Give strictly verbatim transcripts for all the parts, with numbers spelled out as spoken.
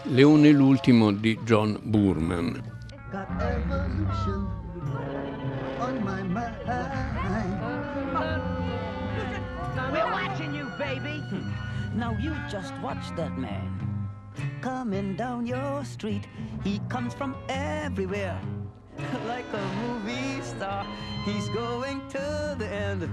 Leone l'ultimo di John Boorman. Got evolution on my mind. We're watching you, baby. Now you just watch that man coming down your street. He comes from everywhere, like a movie star. He's going to the end.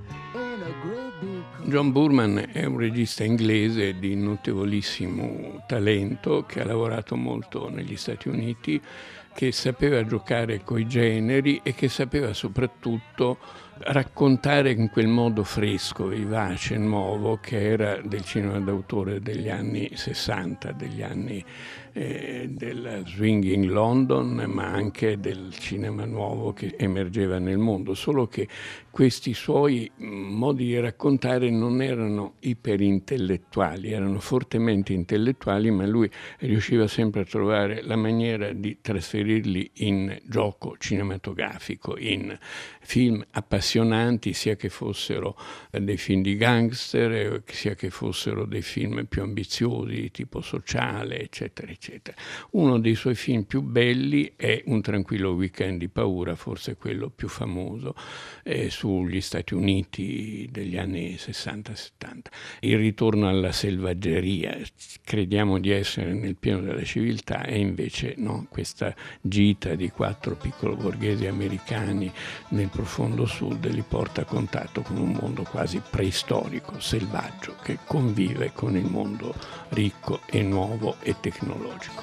John Boorman è un regista inglese di notevolissimo talento che ha lavorato molto negli Stati Uniti, che sapeva giocare coi generi e che sapeva soprattutto raccontare in quel modo fresco, vivace, nuovo che era del cinema d'autore degli anni sessanta, degli anni eh, del swing in London, ma anche del cinema nuovo che emergeva nel mondo, solo che questi suoi modi di raccontare non erano iperintellettuali, erano fortemente intellettuali, ma lui riusciva sempre a trovare la maniera di trasferirli in gioco cinematografico, in film appassionanti, sia che fossero dei film di gangster, sia che fossero dei film più ambiziosi, tipo Sociale, eccetera, eccetera. Uno dei suoi film più belli è Un tranquillo weekend di paura, forse quello più famoso, eh, sugli Stati Uniti degli anni sessanta settanta. Il ritorno alla selvaggeria, crediamo di essere nel pieno della civiltà e invece no, questa gita di quattro piccolo borghesi americani nel profondo sud li porta a contatto con un mondo quasi preistorico, selvaggio, che convive con il mondo ricco e nuovo e tecnologico.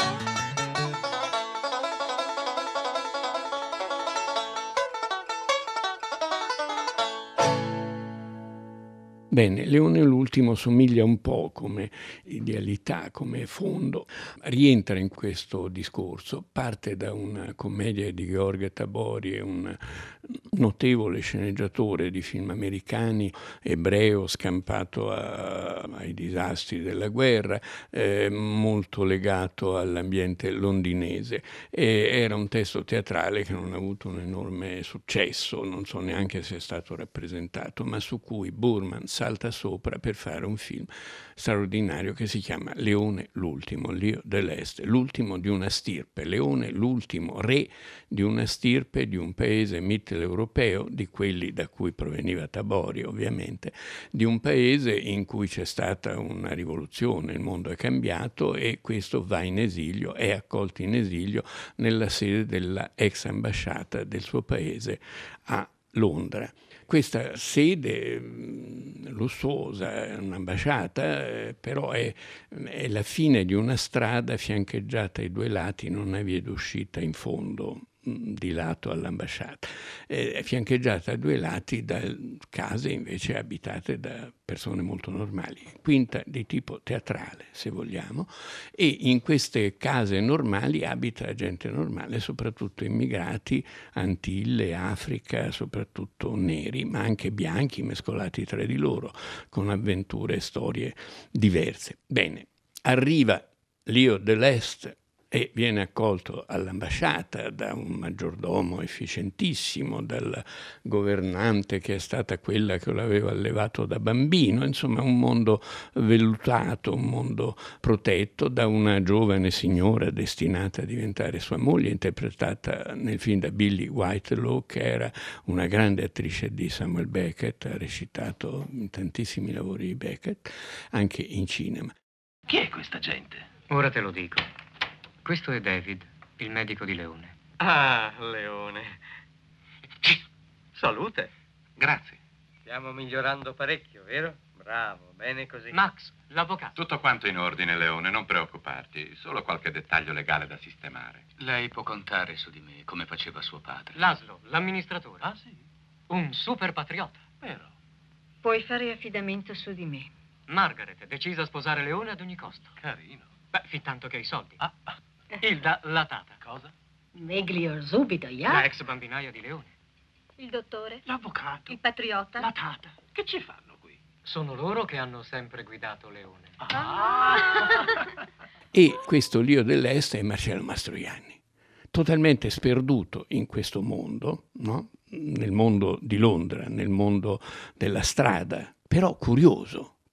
Bene, Leone l'ultimo somiglia un po' come idealità, come fondo, rientra in questo discorso, parte da una commedia di Gheorghe Tabori, un notevole sceneggiatore di film americani, ebreo, scampato a, ai disastri della guerra, eh, molto legato all'ambiente londinese. E era un testo teatrale che non ha avuto un enorme successo, non so neanche se è stato rappresentato, ma su cui Boorman salta sopra per fare un film straordinario che si chiama Leone l'ultimo, Leo dell'Est, l'ultimo di una stirpe, Leone l'ultimo re di una stirpe di un paese mitteleuropeo, di quelli da cui proveniva Tabori ovviamente, di un paese in cui c'è stata una rivoluzione, il mondo è cambiato e questo va in esilio, è accolto in esilio nella sede della ex ambasciata del suo paese a Londra. Questa sede mh, lussuosa, è un'ambasciata, eh, però è, è la fine di una strada fiancheggiata ai due lati, non ha via d'uscita in fondo, mh, di lato all'ambasciata, eh, è fiancheggiata a due lati da case invece abitate da persone molto normali, quinta di tipo teatrale se vogliamo, e in queste case normali abita gente normale, soprattutto immigrati, Antille, Africa, soprattutto neri, ma anche bianchi mescolati tra di loro, con avventure e storie diverse. Bene, arriva Leo dell'Est e viene accolto all'ambasciata da un maggiordomo efficientissimo, dal governante che è stata quella che l'aveva allevato da bambino, insomma un mondo vellutato, un mondo protetto, da una giovane signora destinata a diventare sua moglie, interpretata nel film da Billie Whitelaw, che era una grande attrice di Samuel Beckett, ha recitato in tantissimi lavori di Beckett, anche in cinema. Chi è questa gente? Ora te lo dico. Questo è David, il medico di Leone. Ah, Leone. Salute. Grazie. Stiamo migliorando parecchio, vero? Bravo, bene così. Max, l'avvocato. Tutto quanto in ordine, Leone, non preoccuparti. Solo qualche dettaglio legale da sistemare. Lei può contare su di me, come faceva suo padre. Laszlo, l'amministratore. Ah, sì? Un super patriota. Vero. Puoi fare affidamento su di me. Margaret è decisa a sposare Leone ad ogni costo. Carino. Beh, fin tanto che hai soldi. Ah, ah. Hilda, la tata. Cosa? Meglio subito, ja? La ex bambinaia di Leone. Il dottore? L'avvocato. Il patriota? La tata. Che ci fanno qui? Sono loro che hanno sempre guidato Leone. Ah. E questo Leo dell'Est è Marcello Mastroianni, totalmente sperduto in questo mondo, no? Nel mondo di Londra, nel mondo della strada, però curioso,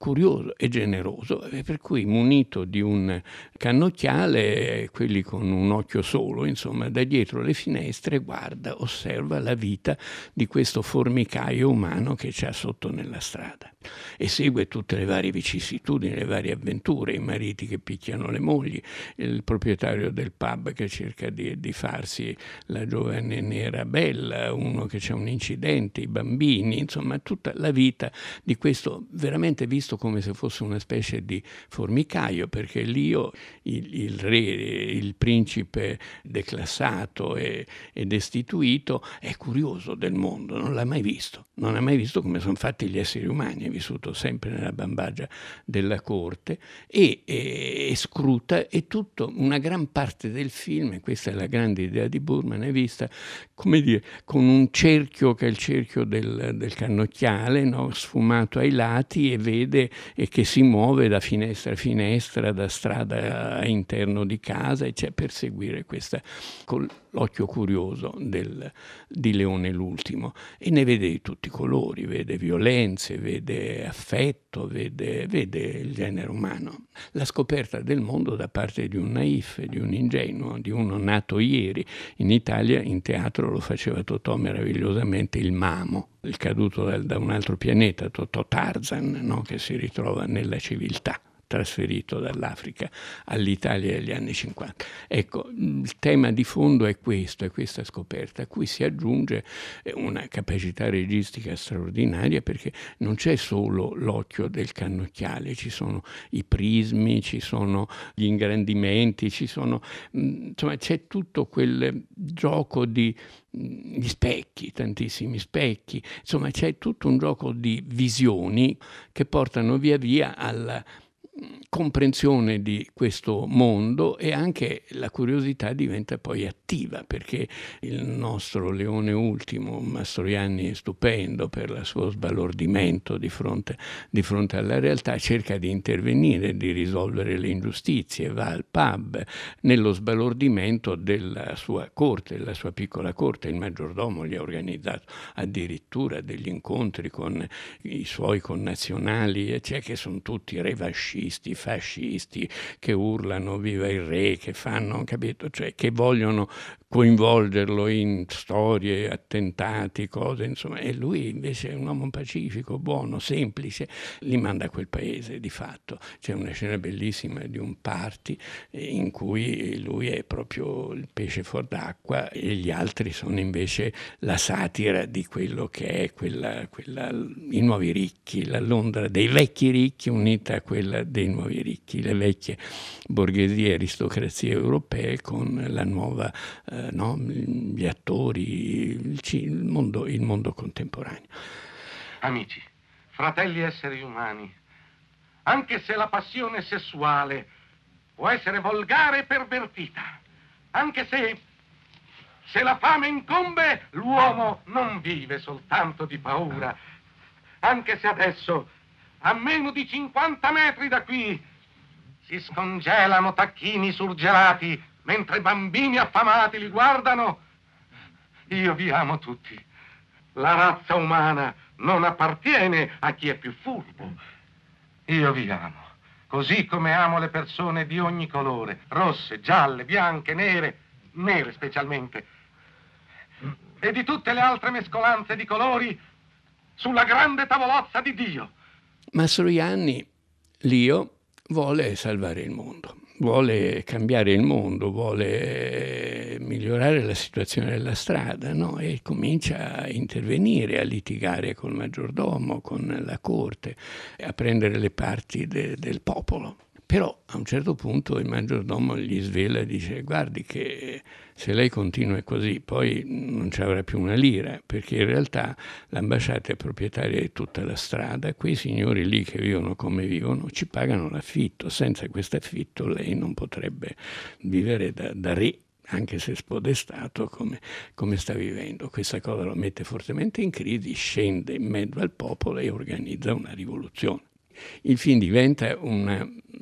curioso e generoso, e per cui munito di un cannocchiale, quelli con un occhio solo, insomma, da dietro le finestre guarda, osserva la vita di questo formicaio umano che c'ha sotto nella strada e segue tutte le varie vicissitudini, le varie avventure, i mariti che picchiano le mogli, il proprietario del pub che cerca di, di farsi la giovane nera bella, uno che c'è un incidente, i bambini, insomma tutta la vita di questo veramente visto come se fosse una specie di formicaio, perché Lio, il, il re, il principe declassato e, e destituito, è curioso del mondo, non l'ha mai visto, non ha mai visto come sono fatti gli esseri umani, è vissuto sempre nella bambagia della corte e, e, e scruta, e tutto, una gran parte del film, e questa è la grande idea di Burman, è vista, come dire, con un cerchio che è il cerchio del, del cannocchiale, no? Sfumato ai lati, e vede e che si muove da finestra a finestra, da strada a interno di casa, e c'è per seguire questa con l'occhio curioso del, di Leone l'Ultimo, e ne vede di tutti i colori, vede violenze, vede affetto, vede, vede il genere umano, la scoperta del mondo da parte di un naif, di un ingenuo, di uno nato ieri. In Italia in teatro lo faceva Totò meravigliosamente, il Mamo, il caduto da, da un altro pianeta, Totò Tarzan, no? Che si ritrova nella civiltà, trasferito dall'Africa all'Italia degli anni cinquanta. Ecco, il tema di fondo è questo, è questa scoperta, a cui si aggiunge una capacità registica straordinaria, perché non c'è solo l'occhio del cannocchiale, ci sono i prismi, ci sono gli ingrandimenti, ci sono, insomma, c'è tutto quel gioco di gli specchi, tantissimi specchi, insomma c'è tutto un gioco di visioni che portano via via alla comprensione di questo mondo, e anche la curiosità diventa poi attiva, perché il nostro Leone Ultimo, Mastroianni, è stupendo per il suo sbalordimento di fronte, di fronte alla realtà, cerca di intervenire, di risolvere le ingiustizie, va al pub nello sbalordimento della sua corte, della sua piccola corte. Il maggiordomo gli ha organizzato addirittura degli incontri con i suoi connazionali, cioè, che sono tutti revascisti, fascisti, che urlano viva il re, che fanno, capito? Cioè, che vogliono coinvolgerlo in storie, attentati, cose, insomma, e lui invece è un uomo pacifico, buono, semplice, li manda a quel paese di fatto. C'è una scena bellissima di un party in cui lui è proprio il pesce fuor d'acqua e gli altri sono invece la satira di quello che è quella, quella, i nuovi ricchi, la Londra dei vecchi ricchi unita a quella dei nuovi ricchi, le vecchie borghesie e aristocrazie europee con la nuova, eh, no, gli attori, il, il, mondo, il mondo contemporaneo. Amici, fratelli esseri umani, anche se la passione sessuale può essere volgare e pervertita, anche se, se la fame incombe, l'uomo non vive soltanto di paura, anche se adesso, a meno di cinquanta metri da qui, si scongelano tacchini surgelati mentre bambini affamati li guardano, io vi amo tutti. La razza umana non appartiene a chi è più furbo. Io vi amo, così come amo le persone di ogni colore, rosse, gialle, bianche, nere, nere specialmente, e di tutte le altre mescolanze di colori sulla grande tavolozza di Dio. Mastroianni, Lio, vuole salvare il mondo, vuole cambiare il mondo, vuole migliorare la situazione della strada, no? E comincia a intervenire, a litigare col maggiordomo, con la corte, a prendere le parti de- del popolo. Però a un certo punto il maggiordomo gli svela e dice: guardi che se lei continua così poi non ci avrà più una lira, perché in realtà l'ambasciata è proprietaria di tutta la strada, quei signori lì che vivono come vivono ci pagano l'affitto, senza questo affitto lei non potrebbe vivere da, da re, anche se spodestato come, come sta vivendo. Questa cosa lo mette fortemente in crisi, scende in mezzo al popolo e organizza una rivoluzione. Il film diventa una,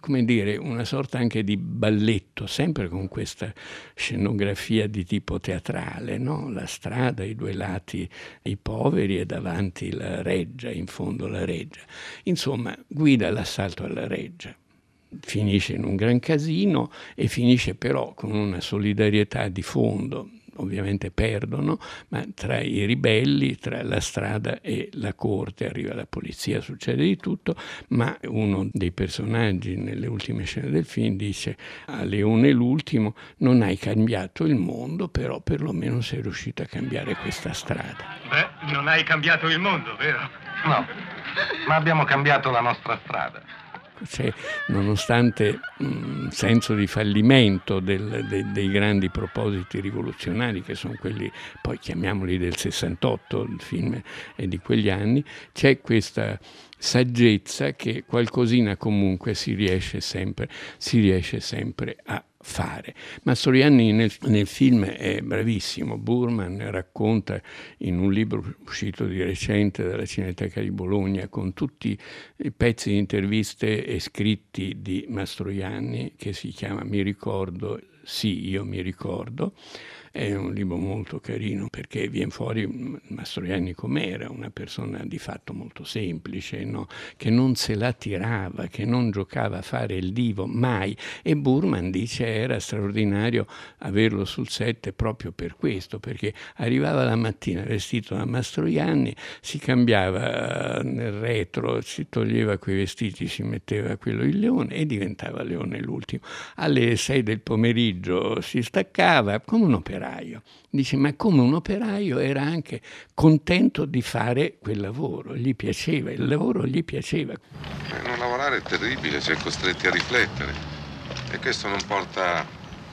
come dire, una sorta anche di balletto, sempre con questa scenografia di tipo teatrale, no? La strada, i due lati, i poveri e davanti la reggia, in fondo la reggia. Insomma, guida l'assalto alla reggia. Finisce in un gran casino e finisce però con una solidarietà di fondo. Ovviamente perdono, ma tra i ribelli, tra la strada e la corte, arriva la polizia, succede di tutto, ma uno dei personaggi nelle ultime scene del film dice a Leone l'ultimo: non hai cambiato il mondo, però perlomeno sei riuscito a cambiare questa strada. Beh, non hai cambiato il mondo, vero? No, ma abbiamo cambiato la nostra strada. Cioè, nonostante un senso di fallimento del, de, dei grandi propositi rivoluzionari, che sono quelli, poi chiamiamoli del sessantotto, il film è di quegli anni, c'è questa saggezza che qualcosina comunque si riesce sempre, si riesce sempre a fare. Mastroianni nel, nel film è bravissimo. Burman racconta in un libro uscito di recente dalla Cineteca di Bologna, con tutti i pezzi di interviste e scritti di Mastroianni, che si chiama Mi ricordo, sì, io mi ricordo. È un libro molto carino perché viene fuori Mastroianni com'era, una persona di fatto molto semplice, no? Che non se la tirava, che non giocava a fare il divo mai, e Burman dice era straordinario averlo sul set proprio per questo, perché arrivava la mattina vestito da Mastroianni, si cambiava nel retro, si toglieva quei vestiti, si metteva quello il Leone e diventava Leone l'ultimo. Alle sei del pomeriggio si staccava come un operaio. Dice, ma come un operaio era anche contento di fare quel lavoro, gli piaceva, il lavoro gli piaceva. Eh, non lavorare è terribile, si è costretti a riflettere e questo non porta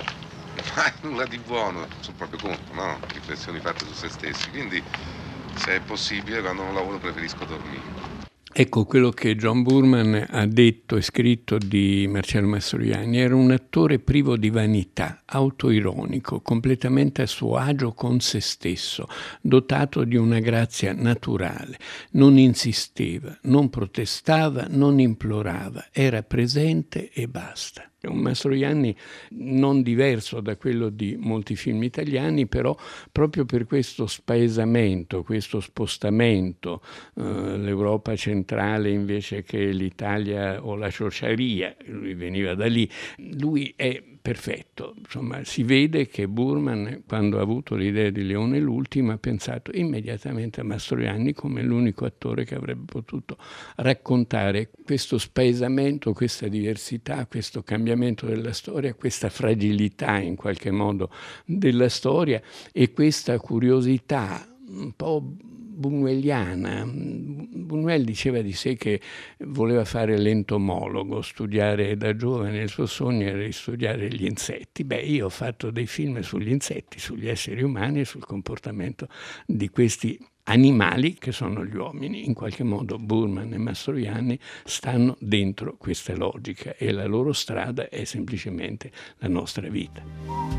mai nulla di buono sul proprio conto, no? Riflessioni fatte su se stessi, quindi se è possibile quando non lavoro preferisco dormire. Ecco, quello che John Boorman ha detto e scritto di Marcello Mastroianni: era un attore privo di vanità, autoironico, completamente a suo agio con se stesso, dotato di una grazia naturale. Non insisteva, non protestava, non implorava, era presente e basta. È un Mastroianni non diverso da quello di molti film italiani, però proprio per questo spaesamento, questo spostamento, eh, l'Europa centrale invece che l'Italia o la ciociaria, lui veniva da lì, lui è perfetto. Insomma, si vede che Boorman, quando ha avuto l'idea di Leone l'ultimo, ha pensato immediatamente a Mastroianni come l'unico attore che avrebbe potuto raccontare questo spaesamento, questa diversità, questo cambiamento della storia, questa fragilità in qualche modo della storia e questa curiosità un po' buñueliana. Buñuel diceva di sé che voleva fare l'entomologo, studiare da giovane, il suo sogno era di studiare gli insetti. Beh, io ho fatto dei film sugli insetti, sugli esseri umani e sul comportamento di questi animali che sono gli uomini. In qualche modo Boorman e Mastroianni stanno dentro questa logica e la loro strada è semplicemente la nostra vita.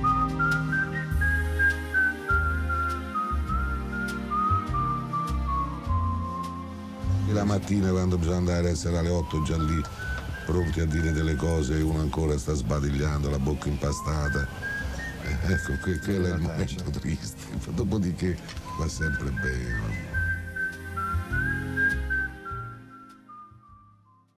La mattina quando bisogna andare a essere alle otto già lì, pronti a dire delle cose e uno ancora sta sbadigliando, la bocca impastata. Eh, ecco, que- quello è il momento triste. Dopodiché va sempre bene.